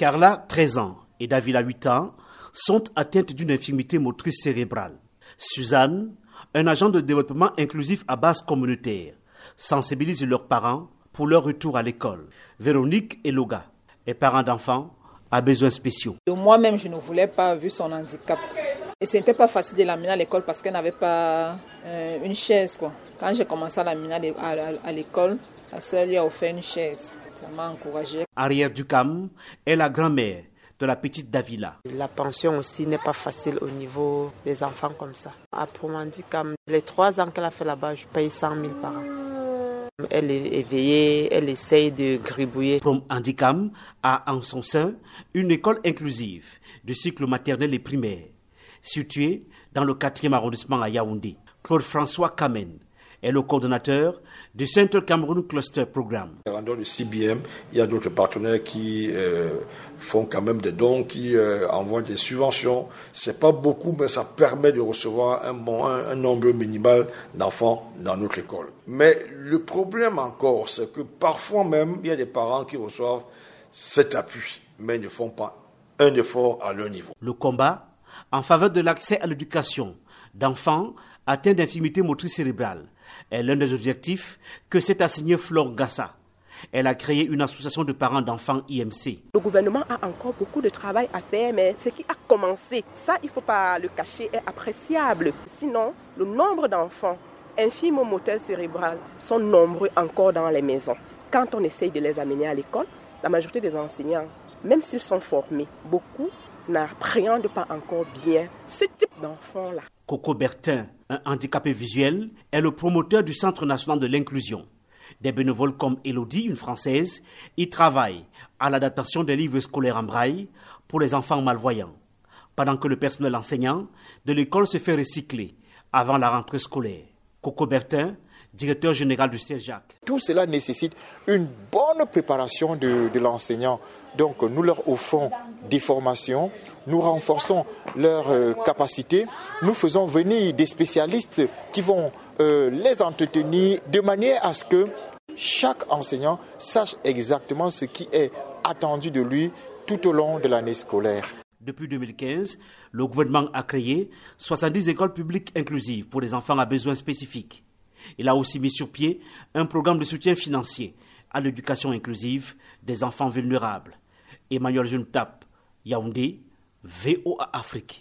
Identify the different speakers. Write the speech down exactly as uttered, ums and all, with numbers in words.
Speaker 1: Carla, treize ans, et Davila, huit ans, sont atteintes d'une infirmité motrice cérébrale. Suzanne, un agent de développement inclusif à base communautaire, sensibilise leurs parents pour leur retour à l'école. Véronique Eloga est parent d'enfants à besoins spéciaux.
Speaker 2: Moi-même, je ne voulais pas, vu son handicap. Et ce n'était pas facile de l'amener à l'école parce qu'elle n'avait pas euh, une chaise, quoi. Quand j'ai commencé à l'amener à, à, à l'école, la sœur lui a offert une chaise. Ça m'a encouragée.
Speaker 1: Arière Ducam est la grand-mère de la petite Davila.
Speaker 3: La pension aussi n'est pas facile au niveau des enfants comme ça. À Promandicam, les trois ans qu'elle a fait là-bas, je paye cent mille par an. Elle est éveillée, elle essaye de gribouiller.
Speaker 1: Promandicam a en son sein une école inclusive de cycle maternel et primaire, située dans le quatrième arrondissement à Yaoundé. Claude-François Kamen est le coordonnateur du Centre Cameroun Cluster Programme.
Speaker 4: En dehors du C B M, il y a d'autres partenaires qui euh, font quand même des dons, qui euh, envoient des subventions. C'est pas beaucoup, mais ça permet de recevoir un, bon, un, un nombre minimal d'enfants dans notre école. Mais le problème encore, c'est que parfois même, il y a des parents qui reçoivent cet appui, mais ne font pas un effort à leur niveau.
Speaker 1: Le combat en faveur de l'accès à l'éducation d'enfants atteints d'infirmité motrice cérébrale est l'un des objectifs que s'est assigné Flore Gassa. Elle a créé une association de parents d'enfants I M C.
Speaker 5: Le gouvernement a encore beaucoup de travail à faire, mais ce qui a commencé, ça il ne faut pas le cacher, est appréciable. Sinon, le nombre d'enfants infirmo-moteurs cérébrales sont nombreux encore dans les maisons. Quand on essaye de les amener à l'école, la majorité des enseignants, même s'ils sont formés, beaucoup n'appréhendent pas encore bien ce type d'enfants-là.
Speaker 1: Coco Bertin, un handicapé visuel, est le promoteur du Centre national de l'inclusion. Des bénévoles comme Elodie, une Française, y travaillent à l'adaptation des livres scolaires en braille pour les enfants malvoyants, pendant que le personnel enseignant de l'école se fait recycler avant la rentrée scolaire. Coco Bertin, directeur général du C E J A C.
Speaker 6: Tout cela nécessite une bonne préparation de, de l'enseignant. Donc nous leur offrons des formations, nous renforçons leurs euh, capacités, nous faisons venir des spécialistes qui vont euh, les entretenir de manière à ce que chaque enseignant sache exactement ce qui est attendu de lui tout au long de l'année scolaire.
Speaker 1: Depuis deux mille quinze, le gouvernement a créé soixante-dix écoles publiques inclusives pour les enfants à besoins spécifiques. Il a aussi mis sur pied un programme de soutien financier à l'éducation inclusive des enfants vulnérables. Emmanuel Juntap, Yaoundé, V O A Afrique.